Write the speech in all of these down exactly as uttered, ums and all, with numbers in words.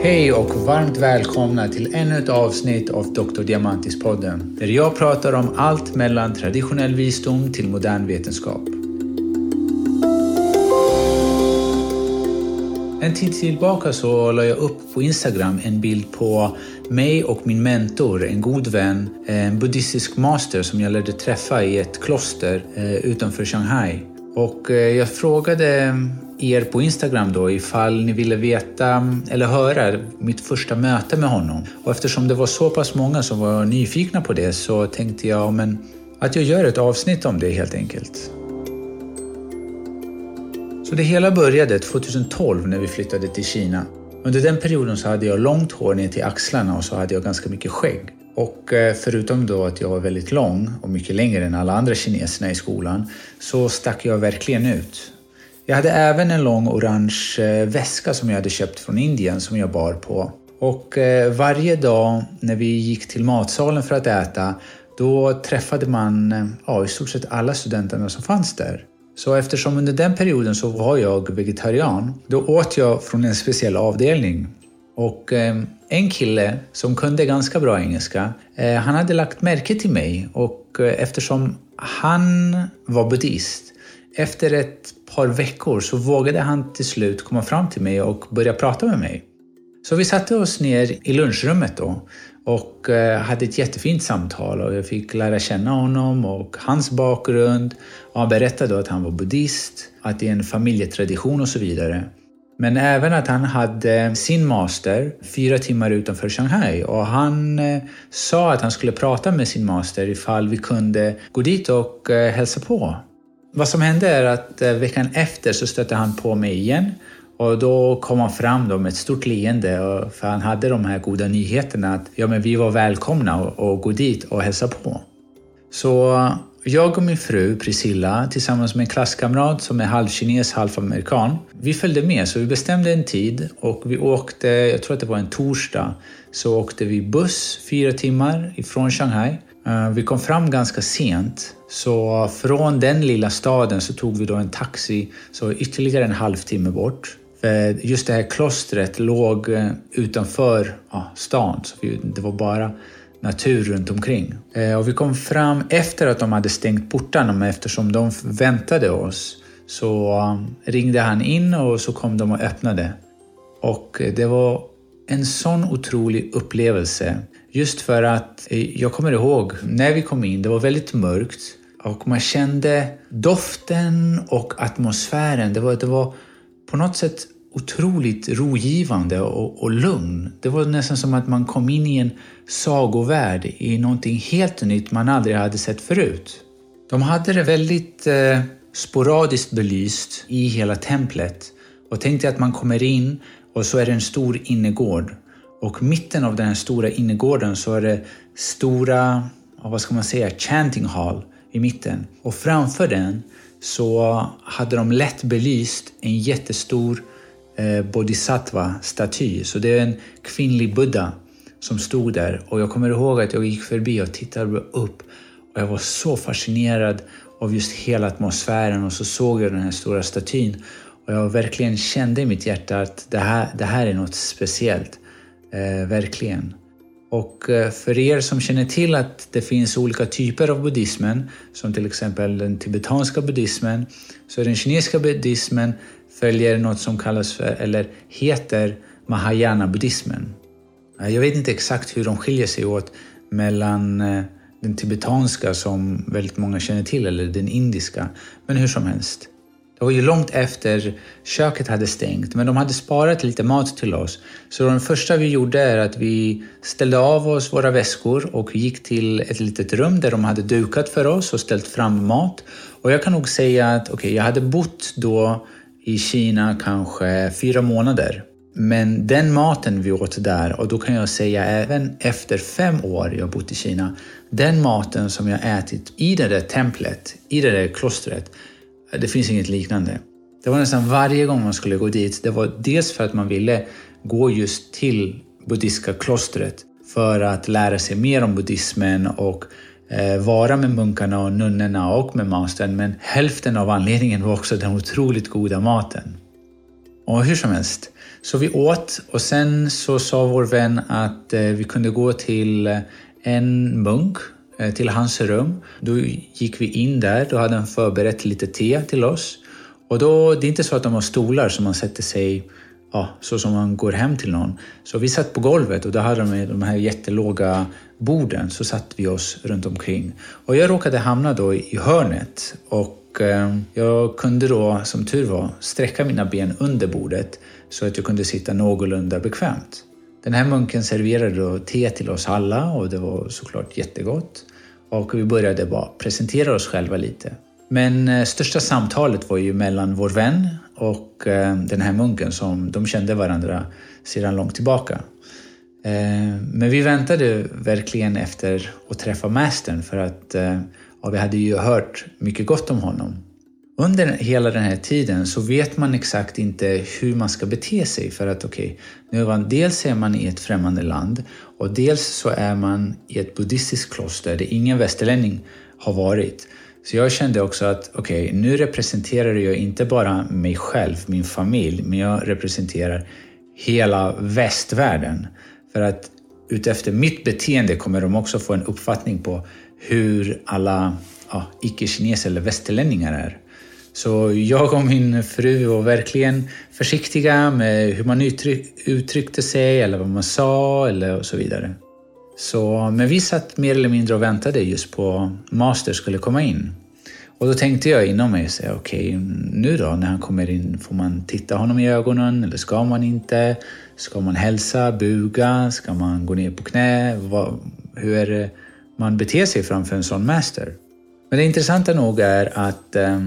Hej och varmt välkomna till ännu ett avsnitt av doktor Diamantis-podden, där jag pratar om allt mellan traditionell visdom till modern vetenskap. En tid tillbaka så la jag upp på Instagram en bild på mig och min mentor, en god vän, en buddhistisk master som jag lärde träffa i ett kloster utanför Shanghai. Och jag frågade er på Instagram då ifall ni ville veta eller höra mitt första möte med honom. Och eftersom det var så pass många som var nyfikna på det så tänkte jag men, att jag gör ett avsnitt om det helt enkelt. Så det hela började tjugohundratolv när vi flyttade till Kina. Under den perioden så hade jag långt hår ner till axlarna och så hade jag ganska mycket skägg. Och förutom då att jag var väldigt lång och mycket längre än alla andra kineserna i skolan så stack jag verkligen ut. Jag hade även en lång orange väska som jag hade köpt från Indien som jag bar på. Och varje dag när vi gick till matsalen för att äta då träffade man ja, i stort sett alla studenterna som fanns där. Så eftersom under den perioden så var jag vegetarian, då åt jag från en speciell avdelning. Och eh, en kille som kunde ganska bra engelska, eh, han hade lagt märke till mig. Och eh, eftersom han var buddhist, efter ett par veckor så vågade han till slut komma fram till mig och börja prata med mig. Så vi satte oss ner i lunchrummet då och eh, hade ett jättefint samtal och jag fick lära känna honom och hans bakgrund. Och han berättade då att han var buddhist, att det är en familjetradition och så vidare. Men även att han hade sin master fyra timmar utanför Shanghai. Och han eh, sa att han skulle prata med sin master ifall vi kunde gå dit och eh, hälsa på. Vad som hände är att eh, veckan efter så stötte han på mig igen. Och då kom han fram då med ett stort leende. Och, för han hade de här goda nyheterna att ja, men vi var välkomna och, och gå dit och hälsa på. Så jag och min fru Priscilla tillsammans med en klasskamrat som är halvkines, halvamerikan. Vi följde med så vi bestämde en tid och vi åkte, jag tror att det var en torsdag, så åkte vi buss fyra timmar ifrån Shanghai. Vi kom fram ganska sent så från den lilla staden så tog vi då en taxi så ytterligare en halvtimme bort. För just det här klostret låg utanför ja, stan så det var bara natur runt omkring. Och vi kom fram efter att de hade stängt portarna, men eftersom de väntade oss så ringde han in och så kom de och öppnade. Och det var en sån otrolig upplevelse. Just för att jag kommer ihåg när vi kom in, det var väldigt mörkt och man kände doften och atmosfären. Det var, det var på något sätt otroligt rogivande och, och lugn. Det var nästan som att man kom in i en sagovärld, i någonting helt nytt man aldrig hade sett förut. De hade det väldigt eh, sporadiskt belyst i hela templet och tänkte att man kommer in och så är det en stor innergård. Och mitten av den här stora innergården så är det stora, vad ska man säga, chanting hall i mitten. Och framför den så hade de lätt belyst en jättestor eh, bodhisattva-staty. Så det är en kvinnlig buddha som stod där. Och jag kommer ihåg att jag gick förbi och tittade upp. Och jag var så fascinerad av just hela atmosfären. Och så såg jag den här stora statyn. Och jag verkligen kände i mitt hjärta att det här, det här är något speciellt. Eh, verkligen. Och eh, för er som känner till att det finns olika typer av buddhismen, som till exempel den tibetanska buddhismen, så den kinesiska buddhismen följer något som kallas för, eller heter Mahayana-buddhismen. Eh, jag vet inte exakt hur de skiljer sig åt mellan eh, den tibetanska som väldigt många känner till eller den indiska, men hur som helst. Det var ju långt efter köket hade stängt, men de hade sparat lite mat till oss. Så det första vi gjorde är att vi ställde av oss våra väskor och gick till ett litet rum där de hade dukat för oss och ställt fram mat. Och jag kan nog säga att okay, jag hade bott då i Kina kanske fyra månader. Men den maten vi åt där, och då kan jag säga även efter fem år jag bott i Kina, den maten som jag ätit i det där templet, i det där klostret, det finns inget liknande. Det var nästan varje gång man skulle gå dit. Det var dels för att man ville gå just till buddhistiska klostret för att lära sig mer om buddhismen och eh, vara med munkarna och nunnorna och med mastern. Men hälften av anledningen var också den otroligt goda maten. Och hur som helst, så vi åt och sen så sa vår vän att eh, vi kunde gå till en munk, eh, till hans rum. Då gick vi in där, då hade han förberett lite te till oss. Och då, det är inte så att de har stolar som man sätter sig, ja, så som man går hem till någon. Så vi satt på golvet och då hade de de här jättelåga borden, så satt vi oss runt omkring. Och jag råkade hamna då i hörnet och eh, jag kunde då, som tur var, sträcka mina ben under bordet så att jag kunde sitta någorlunda bekvämt. Den här munken serverade då te till oss alla och det var såklart jättegott. Och vi började bara presentera oss själva lite. Men eh, största samtalet var ju mellan vår vän och eh, den här munken som de kände varandra sedan långt tillbaka. Eh, men vi väntade verkligen efter att träffa mästaren för att eh, ja, vi hade ju hört mycket gott om honom. Under hela den här tiden så vet man exakt inte hur man ska bete sig för att okej, okay, nu är man, dels är man i ett främmande land och dels så är man i ett buddhistiskt kloster där ingen västerlänning har varit. Så jag kände också att okej, okay, nu representerar jag inte bara mig själv, min familj, men jag representerar hela västvärlden. För att utefter mitt beteende kommer de också få en uppfattning på hur alla ja, icke-kineser eller västerlänningar är. Så jag och min fru var verkligen försiktiga med hur man uttryck, uttryckte sig eller vad man sa eller och så vidare. Så, men vi satt mer eller mindre och väntade just på master skulle komma in. Och då tänkte jag inom mig och säga okej, okay, nu då när han kommer in får man titta honom i ögonen eller ska man inte? Ska man hälsa, buga? Ska man gå ner på knä? Vad, hur är det man beter sig framför en sån master? Men det intressanta nog är att eh,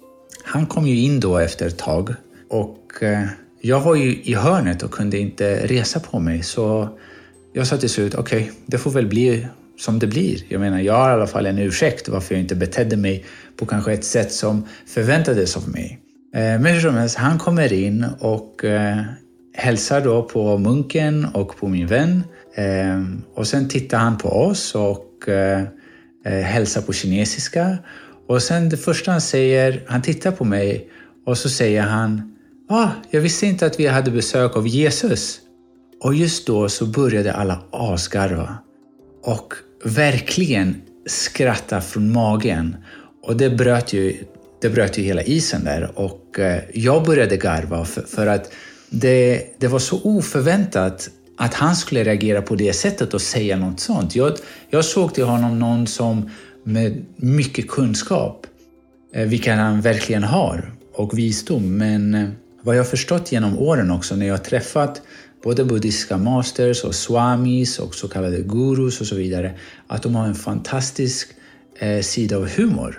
han kom ju in då efter ett tag och eh, jag var ju i hörnet och kunde inte resa på mig så jag sa till slut, okej, okay, det får väl bli som det blir. Jag menar, jag har i alla fall en ursäkt varför jag inte betedde mig på kanske ett sätt som förväntades av mig. Eh, men hur som helst, han kommer in och eh, hälsar då på munken och på min vän. Eh, och sen tittar han på oss och eh, hälsar på kinesiska. Och sen det första han säger, han tittar på mig och så säger han, ah, jag visste inte att vi hade besök av Jesus. Och just då så började alla asgarva och verkligen skratta från magen. Och det bröt ju, det bröt ju hela isen där och jag började garva för, för att det, det var så oförväntat att han skulle reagera på det sättet och säga något sånt. Jag, jag såg till honom någon som med mycket kunskap, vilken han verkligen har, och visdom. Men vad jag förstått genom åren också när jag har träffat både buddhistiska masters och swamis och så kallade gurus och så vidare, att de har en fantastisk eh, sida av humor.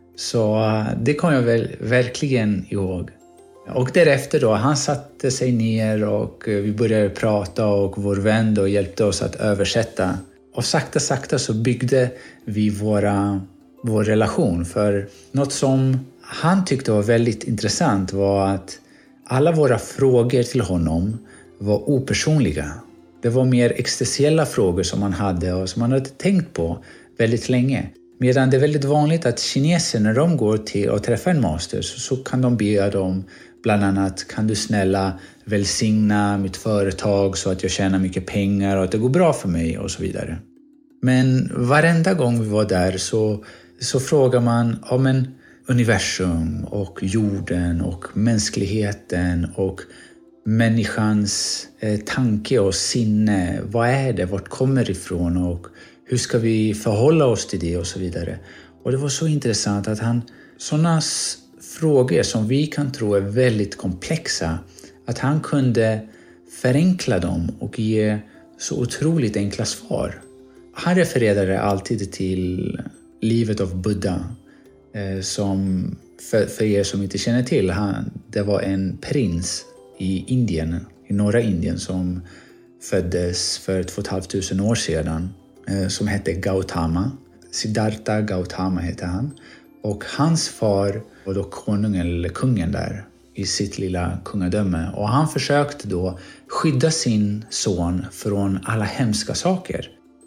Så uh, det kommer jag väl verkligen ihåg. Och därefter då, han satte sig ner och uh, vi började prata och vår vän då hjälpte oss att översätta. Och sakta sakta så byggde vi våra, vår relation. För något som han tyckte var väldigt intressant var att alla våra frågor till honom var opersonliga. Det var mer existentiella frågor som man hade och som man hade tänkt på väldigt länge. Medan det är väldigt vanligt att kineser när de går till att träffa en master så, så kan de be dem bland annat, kan du snälla välsigna mitt företag så att jag tjänar mycket pengar och att det går bra för mig och så vidare. Men varenda gång vi var där så, så frågar man ja, men universum och jorden och mänskligheten och människans eh, tanke och sinne. Vad är det? Vart kommer det ifrån? Och hur ska vi förhålla oss till det och så vidare. Och det var så intressant att han, sådana frågor som vi kan tro är väldigt komplexa, att han kunde förenkla dem och ge så otroligt enkla svar. Han refererade alltid till livet av Buddha eh, som för, för er som inte känner till, han, det var en prins i Indien, i norra Indien som föddes för två och ett halvt tusen år sedan eh, som hette Gautama. Siddhartha Gautama hette han. Och hans far var då konungen eller kungen där i sitt lilla kungadöme. Och han försökte då skydda sin son från alla hemska saker.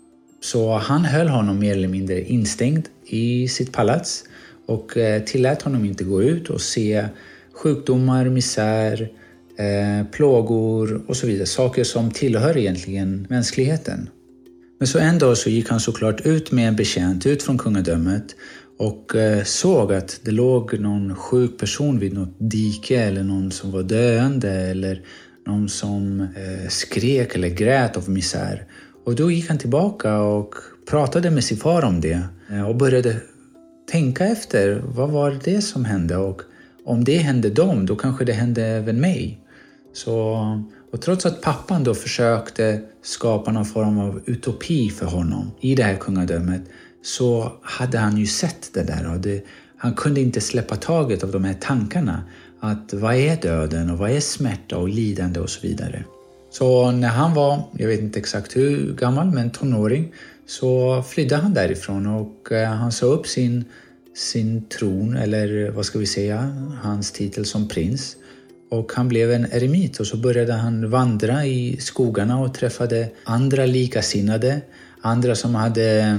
Så han höll honom mer eller mindre instängd i sitt palats och tillät honom inte gå ut och se sjukdomar, misär, eh, plågor och så vidare. Saker som tillhör egentligen mänskligheten. Men så en dag så gick han såklart ut med en betjänt ut från kungadömet och eh, såg att det låg någon sjuk person vid något dike eller någon som var döende eller någon som eh, skrek eller grät av misär. Och då gick han tillbaka och pratade med sin far om det eh, och började tänka efter vad var det som hände, och om det hände dem då kanske det hände även mig. Så, och trots att pappan då försökte skapa någon form av utopi för honom i det här kungadömet, så hade han ju sett det där och det, han kunde inte släppa taget av de här tankarna att vad är döden och vad är smärta och lidande och så vidare. Så när han var, jag vet inte exakt hur gammal, men tonåring, så flydde han därifrån och han sa upp sin, sin tron, eller vad ska vi säga, hans titel som prins. Och han blev en eremit och så började han vandra i skogarna och träffade andra likasinnade, andra som hade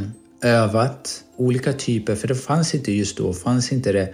övat olika typer, för det fanns inte just då, fanns inte det,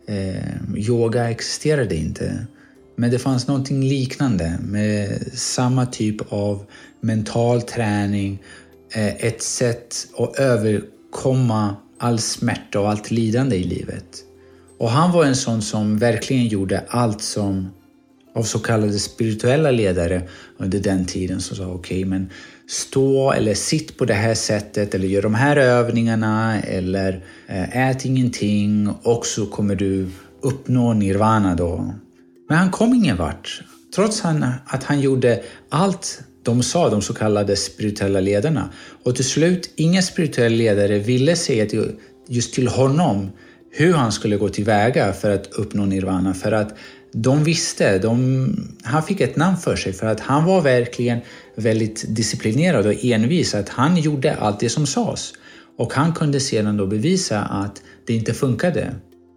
eh, yoga existerade inte. Men det fanns någonting liknande med samma typ av mental träning, eh, ett sätt att överkomma all smärta och allt lidande i livet. Och han var en sån som verkligen gjorde allt som av så kallade spirituella ledare under den tiden som sa okej, okay, men stå eller sitt på det här sättet eller gör de här övningarna eller ät ingenting och så kommer du uppnå nirvana då. Men han kom ingen vart. Trots att han gjorde allt de sa, de så kallade spirituella ledarna. Och till slut, ingen spirituell ledare ville säga till, just till honom hur han skulle gå tillväga för att uppnå nirvana. För att de visste, de, han fick ett namn för sig för att han var verkligen väldigt disciplinerad och envis. Att han gjorde allt det som sades. Och han kunde sedan då bevisa att det inte funkade.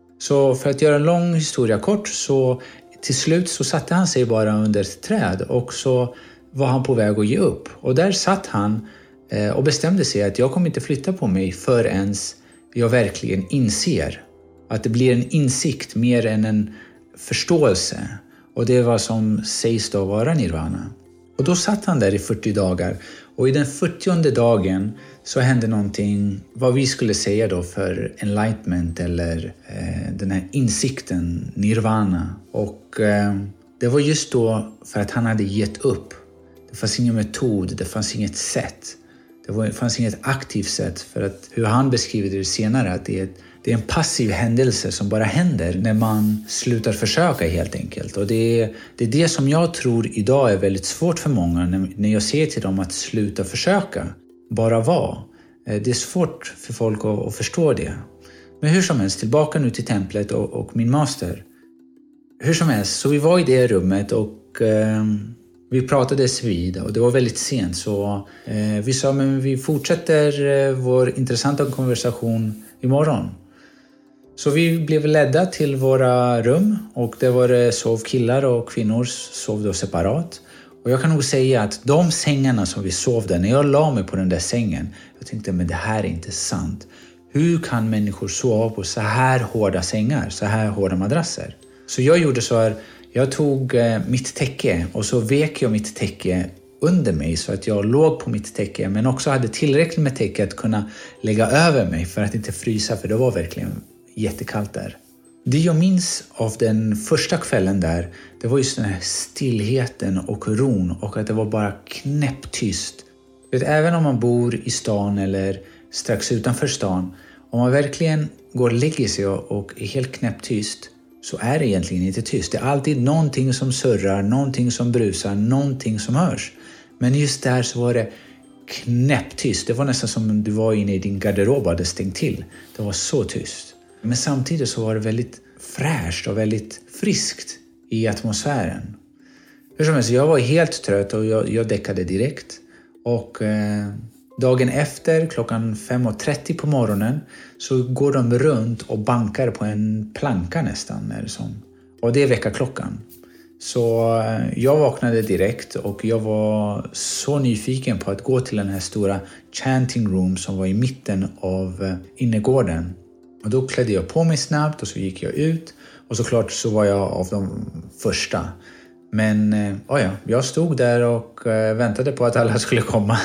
Så för att göra en lång historia kort, så till slut så satte han sig bara under ett träd och så var han på väg att ge upp. Och där satt han och bestämde sig att jag kommer inte flytta på mig förrän jag verkligen inser. Att det blir en insikt mer än en förståelse. Och det är vad som sägs då vara nirvana. Och då satt han där i fyrtio dagar. Och i den fyrtionde dagen så hände någonting, vad vi skulle säga då för enlightenment eller eh, den här insikten, nirvana. Och eh, det var just då för att han hade gett upp. Det fanns ingen metod, det fanns inget sätt. Det, var, det fanns inget aktivt sätt, för att hur han beskriver det senare, att det är, det är en passiv händelse som bara händer när man slutar försöka helt enkelt. Och det är, det är det som jag tror idag är väldigt svårt för många när, när jag säger till dem att sluta försöka, bara vara. Det är svårt för folk att, att förstå det. Men hur som helst, tillbaka nu till templet och, och min master. Hur som helst, så vi var i det rummet och eh, vi pratades vid och det var väldigt sent. Så eh, vi sa, men vi fortsätter eh, vår intressanta konversation imorgon. Så vi blev ledda till våra rum och det var sov killar och kvinnor sov då separat. Och jag kan nog säga att de sängarna som vi sov där, när jag la mig på den där sängen, jag tänkte, men det här är inte sant. Hur kan människor sova på så här hårda sängar, så här hårda madrasser? Så jag gjorde så här, jag tog mitt täcke och så vek jag mitt täcke under mig så att jag låg på mitt täcke, men också hade tillräckligt med täcke att kunna lägga över mig för att inte frysa, för det var verkligen jättekallt där. Det jag minns av den första kvällen där, det var just den här stillheten och ron och att det var bara knäpptyst. Vet, även om man bor i stan eller strax utanför stan, om man verkligen går och lägger sig och är helt knäpptyst, så är det egentligen inte tyst. Det är alltid någonting som surrar, någonting som brusar, någonting som hörs. Men just där så var det knäpptyst. Det var nästan som om du var inne i din garderob och hade stängt till. Det var så tyst. Men samtidigt så var det väldigt fräscht och väldigt friskt i atmosfären. Hur som helst, jag var helt trött och jag, jag däckade direkt. Och eh, dagen efter, klockan fem och trettio på morgonen, så går de runt och bankar på en planka nästan. Är det som. Och det är väckarklockan. Så eh, jag vaknade direkt och jag var så nyfiken på att gå till den här stora chanting room som var i mitten av eh, innergården. Och då klädde jag på mig snabbt och så gick jag ut. Och såklart så var jag av de första. Men eh, oh ja, jag stod där och eh, väntade på att alla skulle komma.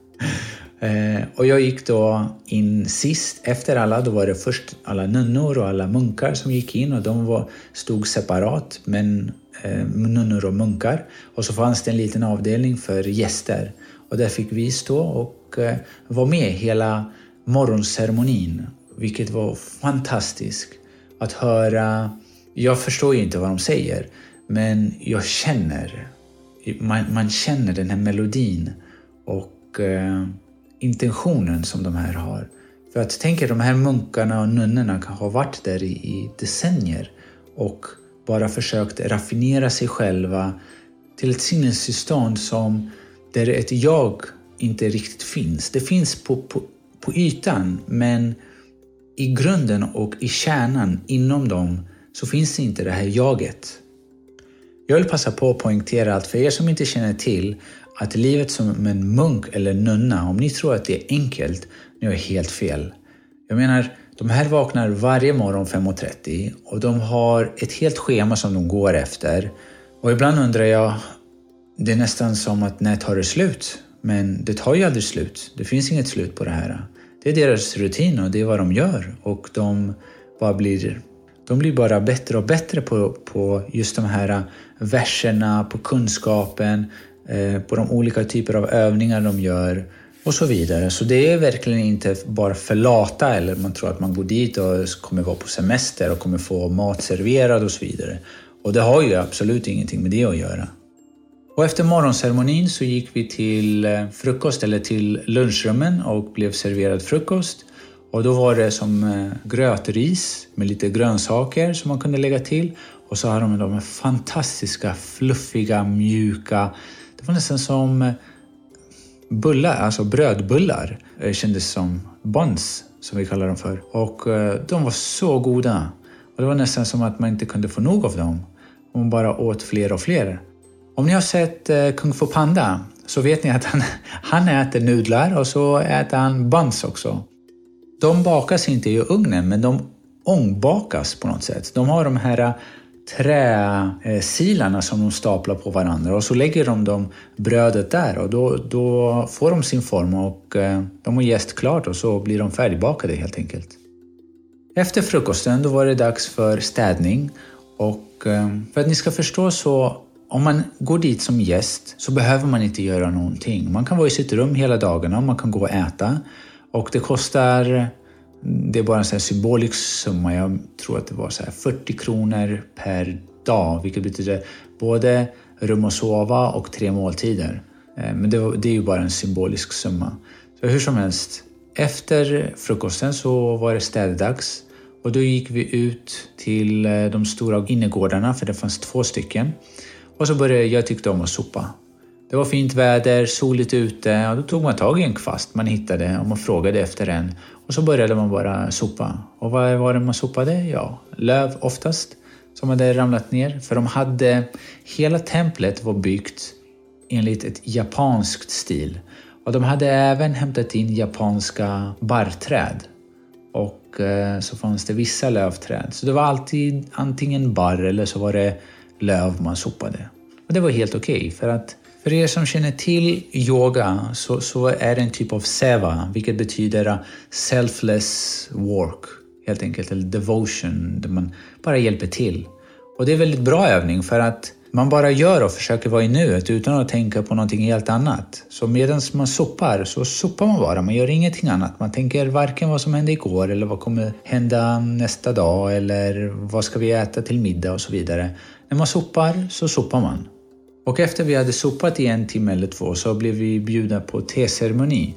eh, och jag gick då in sist efter alla. Då var det först alla nunnor och alla munkar som gick in. Och de var, stod separat, men eh, nunnor och munkar. Och så fanns det en liten avdelning för gäster. Och där fick vi stå och eh, vara med hela morgonceremonin. Vilket var fantastiskt att höra. Jag förstår ju inte vad de säger. Men jag känner, man, man känner den här melodin och eh, intentionen som de här har. För att tänka, de här munkarna och nunnorna kan ha varit där i, i decennier och bara försökt raffinera sig själva till ett sinnestillstånd som där ett jag inte riktigt finns. Det finns på, på, på ytan, men i grunden och i kärnan inom dem så finns det inte det här jaget. Jag vill passa på att poängtera att för er som inte känner till att livet som en munk eller nunna, om ni tror att det är enkelt, nu är helt fel. Jag menar, de här vaknar varje morgon fem och trettio och de har ett helt schema som de går efter. Och ibland undrar jag, det är nästan som att när tar det slut? Men det tar ju aldrig slut. Det finns inget slut på det här. Det är deras rutin och det är vad de gör. Och de bara blir... De blir bara bättre och bättre på, på just de här verserna, på kunskapen, eh, på de olika typer av övningar de gör och så vidare. Så det är verkligen inte bara förlata eller man tror att man går dit och kommer vara på semester och kommer få mat serverad och så vidare. Och det har ju absolut ingenting med det att göra. Och efter morgonceremonin så gick vi till frukost eller till lunchrummen och blev serverad frukost. Och då var det som grötris med lite grönsaker som man kunde lägga till. Och så har de de här fantastiska, fluffiga, mjuka. Det var nästan som bullar, alltså brödbullar. Det kändes som buns som vi kallar dem för. Och de var så goda. Och det var nästan som att man inte kunde få nog av dem. Och man bara åt fler och fler. Om ni har sett Kung Fu Panda så vet ni att han, han äter nudlar och så äter han buns också. De bakas inte i ugnen, men de ångbakas på något sätt. De har de här träsilarna som de staplar på varandra och så lägger de dem brödet där och då, då får de sin form och de har jäst klart och så blir de färdigbakade helt enkelt. Efter frukosten då var det dags för städning och för att ni ska förstå så om man går dit som gäst så behöver man inte göra någonting. Man kan vara i sitt rum hela dagarna och man kan gå och äta. Och det kostar, det är bara en sån här symbolisk summa, jag tror att det var så här fyrtio kronor per dag. Vilket betyder både rum och sova och tre måltider. Men det, det är ju bara en symbolisk summa. Så hur som helst, efter frukosten så var det städdags. Och då gick vi ut till de stora innergårdarna för det fanns två stycken. Och så började jag tyckte om att sopa. Det var fint väder, soligt ute och då tog man tag i en kvast man hittade och man frågade efter en. Och så började man bara sopa. Och vad var det man sopade? Ja, löv oftast som hade ramlat ner. För de hade, hela templet var byggt enligt ett japanskt stil. Och de hade även hämtat in japanska barrträd. Och eh, så fanns det vissa lövträd. Så det var alltid antingen barr eller så var det löv man sopade. Och det var helt okej okay, för att för er som känner till yoga så, så är det en typ av seva, vilket betyder selfless work helt enkelt, eller devotion, där man bara hjälper till. Och det är en väldigt bra övning för att man bara gör och försöker vara i nuet utan att tänka på någonting helt annat. Så medan man sopar så sopar man bara, man gör ingenting annat. Man tänker varken vad som hände igår eller vad kommer hända nästa dag eller vad ska vi äta till middag och så vidare. När man sopar så sopar man. Och efter vi hade sopat i en timme eller två så blev vi bjudna på teceremoni.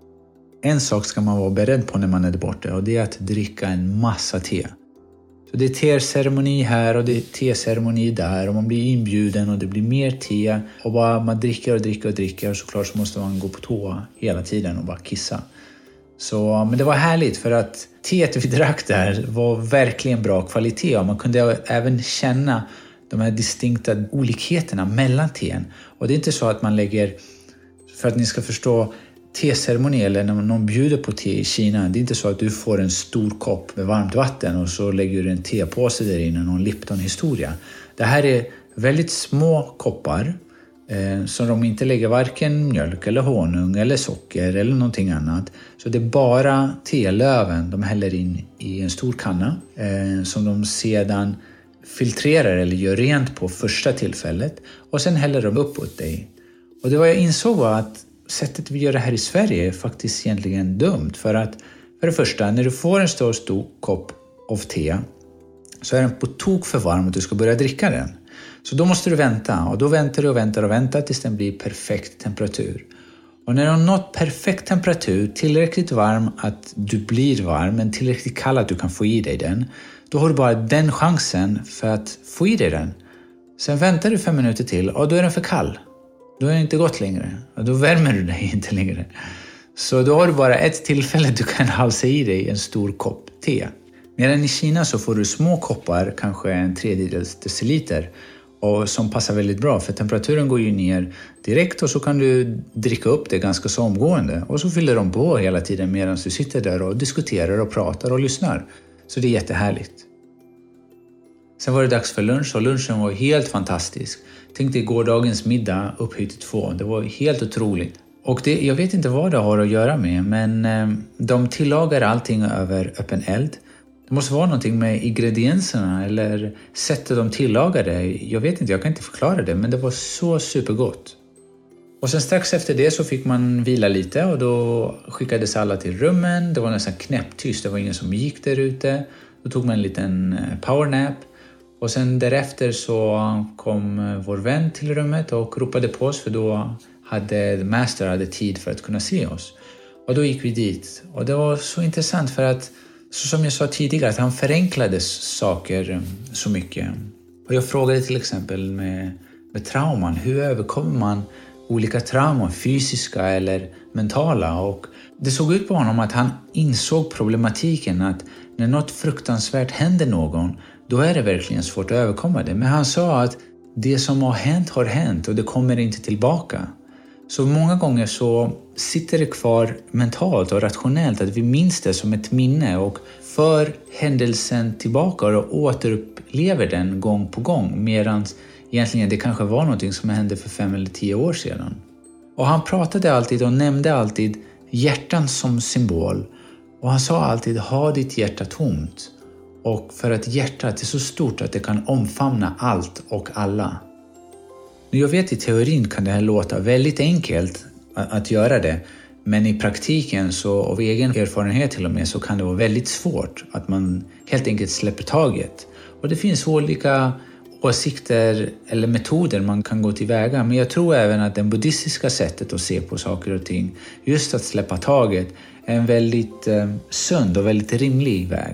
En sak ska man vara beredd på när man är där borta och det är att dricka en massa te. Så det är teceremoni här och det är teceremoni där och man blir inbjuden och det blir mer te. Och bara man dricker och dricker och dricker och såklart så måste man gå på toa hela tiden och bara kissa. Så, men det var härligt för att teet vi drack där var verkligen bra kvalitet och man kunde även känna de här distinkta olikheterna mellan teen. Och det är inte så att man lägger, för att ni ska förstå teceremoni eller när någon bjuder på te i Kina, det är inte så att du får en stor kopp med varmt vatten och så lägger du en tepåse där inne, någon Lipton-historia. Det här är väldigt små koppar eh, som de inte lägger varken mjölk eller honung eller socker eller någonting annat. Så det är bara telöven de häller in i en stor kanna eh, som de sedan filtrerar eller gör rent på första tillfället och sen häller de upp åt dig. Och det var jag insåg var att sättet vi gör det här i Sverige är faktiskt egentligen dumt. För att för det första, när du får en stor, stor kopp av te så är den på tok för varm och du ska börja dricka den. Så då måste du vänta och då väntar du och väntar och väntar tills den blir perfekt temperatur. Och när du har nått perfekt temperatur, tillräckligt varm att du blir varm men tillräckligt kall att du kan få i dig den, då har du bara den chansen för att få i dig den. Sen väntar du fem minuter till och då är den för kall. Då är det inte gott längre och då värmer du dig inte längre. Så då har du bara ett tillfälle du kan halsa i dig en stor kopp te. Medan i Kina så får du små koppar, kanske en tredjedels deciliter, och som passar väldigt bra för temperaturen går ju ner direkt och så kan du dricka upp det ganska så omgående. Och så fyller de på hela tiden medan du sitter där och diskuterar och pratar och lyssnar. Så det är jättehärligt. Sen var det dags för lunch och lunchen var helt fantastisk. Tänk dig gårdagens middag upphöjt till två. Det var helt otroligt. Och det, jag vet inte vad det har att göra med, men eh, de tillagar allting över öppen eld. Det måste vara någonting med ingredienserna eller sättet de tillagar det. Jag vet inte, jag kan inte förklara det, men det var så supergott. Och sen strax efter det så fick man vila lite och då skickades alla till rummen. Det var nästan knäpptyst, det var ingen som gick där ute. Då tog man en liten powernap. Och sen därefter så kom vår vän till rummet och ropade på oss för då hade Master hade tid för att kunna se oss. Och då gick vi dit. Och det var så intressant för att, så som jag sa tidigare, att han förenklade saker så mycket. Och jag frågade till exempel med, med trauman, hur överkommer man olika trauman, fysiska eller mentala? Och det såg ut på honom att han insåg problematiken att när något fruktansvärt händer någon, då är det verkligen svårt att överkomma det. Men han sa att det som har hänt har hänt och det kommer inte tillbaka. Så många gånger så sitter det kvar mentalt och rationellt att vi minns det som ett minne och för händelsen tillbaka och återupplever den gång på gång, medan egentligen det kanske var någonting som hände för fem eller tio år sedan. Och han pratade alltid och nämnde alltid hjärtan som symbol. Och han sa alltid, ha ditt hjärta tomt. Och för att hjärtat är så stort att det kan omfamna allt och alla. Jag vet i teorin kan det här låta väldigt enkelt att göra det. Men i praktiken så, av egen erfarenhet till och med, så kan det vara väldigt svårt att man helt enkelt släpper taget. Och det finns olika åsikter eller metoder man kan gå tillväga. Men jag tror även att det buddhistiska sättet att se på saker och ting, just att släppa taget, är en väldigt eh, sund och väldigt rimlig väg.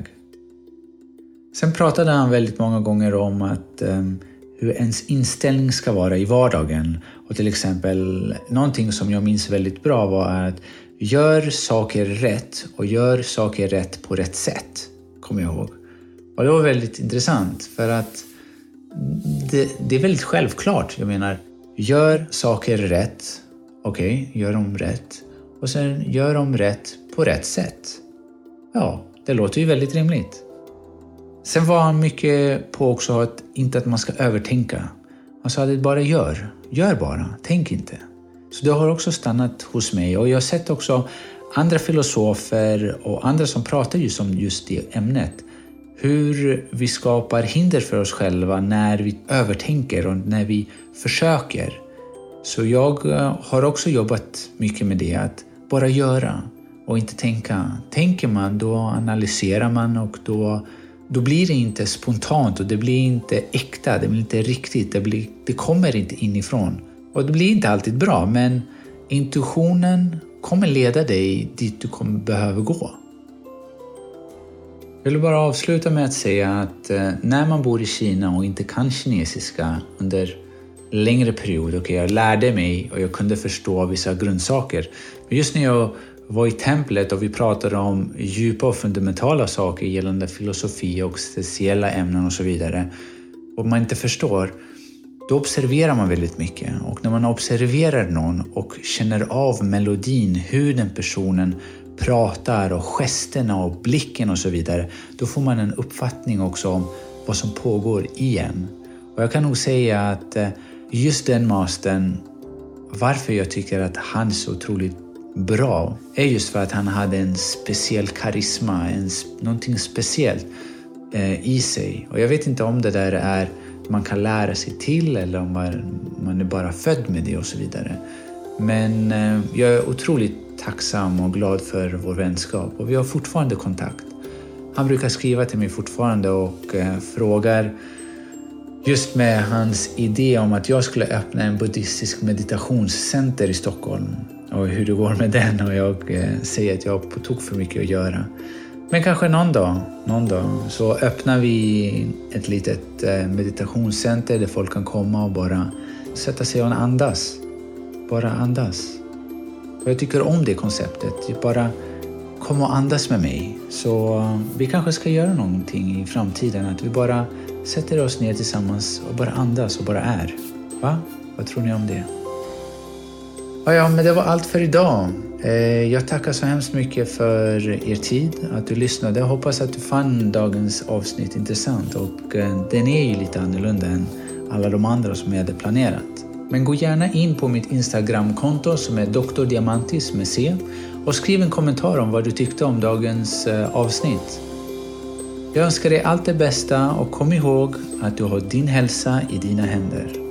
Sen pratade han väldigt många gånger om att eh, hur ens inställning ska vara i vardagen. Och till exempel, någonting som jag minns väldigt bra var att gör saker rätt och gör saker rätt på rätt sätt, kommer jag ihåg. Och det var väldigt intressant för att det, det är väldigt självklart. Jag menar, gör saker rätt, okej, okay, gör dem rätt. Och sen gör dem rätt på rätt sätt. Ja, det låter ju väldigt rimligt. Sen var han mycket på också att inte att man ska övertänka. Han sa att bara gör. Gör bara. Tänk inte. Så det har också stannat hos mig. Och jag har sett också andra filosofer och andra som pratar just om just det ämnet. Hur vi skapar hinder för oss själva när vi övertänker och när vi försöker. Så jag har också jobbat mycket med det. Att bara göra och inte tänka. Tänker man, då analyserar man och då... Då blir det inte spontant och det blir inte äkta, det blir inte riktigt, det, blir, det kommer inte inifrån. Och det blir inte alltid bra, men intuitionen kommer leda dig dit du kommer behöva gå. Jag vill bara avsluta med att säga att eh, när man bor i Kina och inte kan kinesiska under längre period, okay, jag lärde mig och jag kunde förstå vissa grundsaker. Men just när jag var i templet och vi pratade om djupa och fundamentala saker gällande filosofi och speciella ämnen och så vidare, och man inte förstår, då observerar man väldigt mycket. Och när man observerar någon och känner av melodin, hur den personen pratar och gesterna och blicken och så vidare, då får man en uppfattning också om vad som pågår igen. Och jag kan nog säga att just den mastern, varför jag tycker att han är så otroligt bra, är just för att han hade en speciell karisma, en, någonting speciellt eh, i sig. Och jag vet inte om det där är man kan lära sig till eller om man, man är bara född med det och så vidare. Men eh, jag är otroligt tacksam och glad för vår vänskap och vi har fortfarande kontakt. Han brukar skriva till mig fortfarande och eh, frågar just med hans idé om att jag skulle öppna en buddhistisk meditationscenter i Stockholm och hur det går med den, och jag eh, säger att jag har på tok för mycket att göra. Men kanske någon dag, någon dag så öppnar vi ett litet eh, meditationscenter där folk kan komma och bara sätta sig och andas. Bara andas. Och jag tycker om det konceptet. Bara kom och andas med mig. Så vi kanske ska göra någonting i framtiden. Att vi bara sätter oss ner tillsammans och bara andas och bara är. Va? Vad tror ni om det? Ja, ja, men det var allt för idag. Jag tackar så hemskt mycket för er tid, att du lyssnade. Jag hoppas att du fann dagens avsnitt intressant. Och den är ju lite annorlunda än alla de andra som jag hade planerat. Men gå gärna in på mitt Instagram-konto som är doktor Diamantis med C och skriv en kommentar om vad du tyckte om dagens avsnitt. Jag önskar dig allt det bästa och kom ihåg att du har din hälsa i dina händer.